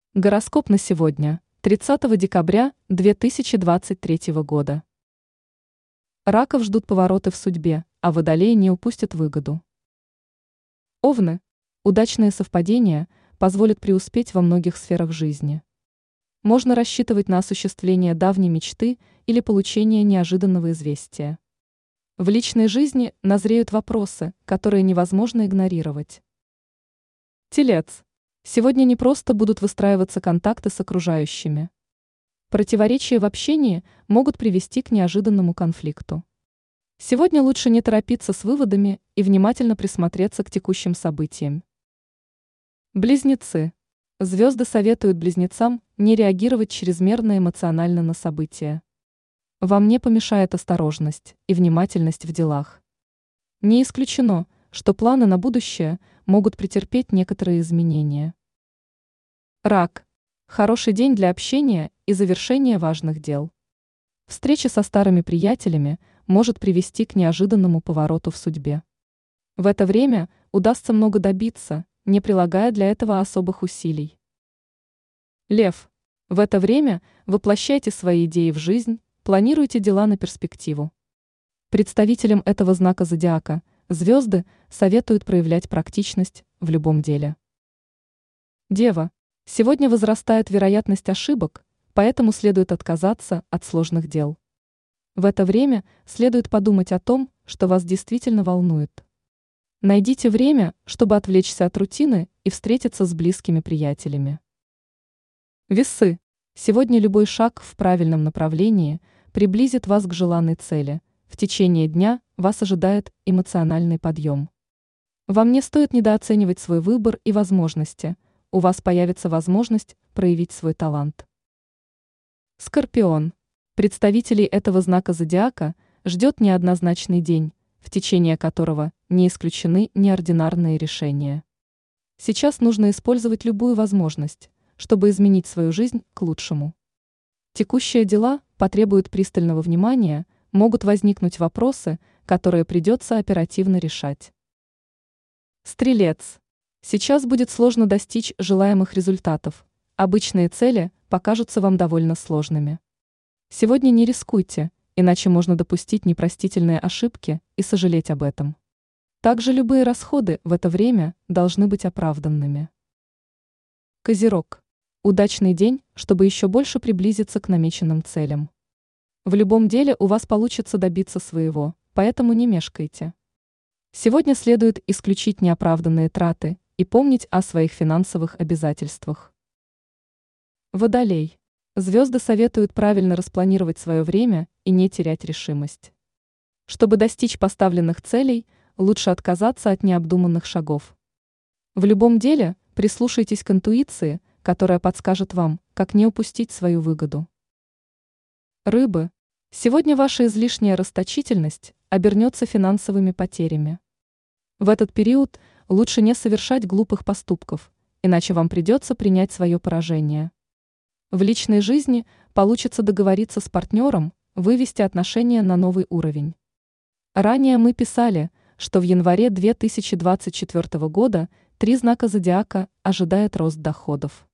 Гороскоп на сегодня, 30 декабря 2023 года. Раков ждут повороты в судьбе, а водолеи не упустят выгоду. Овны. Удачные совпадения позволят преуспеть во многих сферах жизни. Можно рассчитывать на осуществление давней мечты или получение неожиданного известия. В личной жизни назреют вопросы, которые невозможно игнорировать. Телец. Сегодня не просто будут выстраиваться контакты с окружающими. Противоречия в общении могут привести к неожиданному конфликту. Сегодня лучше не торопиться с выводами и внимательно присмотреться к текущим событиям. Близнецы. Звезды советуют близнецам не реагировать чрезмерно эмоционально на события. Вам не помешает осторожность и внимательность в делах. Не исключено, что планы на будущее могут претерпеть некоторые изменения. Рак. Хороший день для общения и завершения важных дел. Встреча со старыми приятелями может привести к неожиданному повороту в судьбе. В это время удастся много добиться, не прилагая для этого особых усилий. Лев. В это время воплощайте свои идеи в жизнь, планируйте дела на перспективу. Представителям этого знака зодиака звезды советуют проявлять практичность в любом деле. Дева. Сегодня возрастает вероятность ошибок, поэтому следует отказаться от сложных дел. В это время следует подумать о том, что вас действительно волнует. Найдите время, чтобы отвлечься от рутины и встретиться с близкими приятелями. Весы. Сегодня любой шаг в правильном направлении приблизит вас к желанной цели. В течение дня вас ожидает эмоциональный подъем. Вам не стоит недооценивать свой выбор и возможности. У вас появится возможность проявить свой талант. Скорпион. Представителей этого знака зодиака ждет неоднозначный день, в течение которого не исключены неординарные решения. Сейчас нужно использовать любую возможность, чтобы изменить свою жизнь к лучшему. Текущие дела потребуют пристального внимания, могут возникнуть вопросы, которые придется оперативно решать. Стрелец. Сейчас будет сложно достичь желаемых результатов. Обычные цели покажутся вам довольно сложными. Сегодня не рискуйте, иначе можно допустить непростительные ошибки и сожалеть об этом. Также любые расходы в это время должны быть оправданными. Козерог. Удачный день, чтобы еще больше приблизиться к намеченным целям. В любом деле у вас получится добиться своего, поэтому не мешкайте. Сегодня следует исключить неоправданные траты и помнить о своих финансовых обязательствах. Водолей. Звезды советуют правильно распланировать свое время и не терять решимость. Чтобы достичь поставленных целей, лучше отказаться от необдуманных шагов. В любом деле прислушайтесь к интуиции, которая подскажет вам, как не упустить свою выгоду. Рыбы. Сегодня ваша излишняя расточительность обернется финансовыми потерями. В этот период лучше не совершать глупых поступков, иначе вам придется принять свое поражение. В личной жизни получится договориться с партнером, вывести отношения на новый уровень. Ранее мы писали, что в январе 2024 года 3 знака зодиака ожидает рост доходов.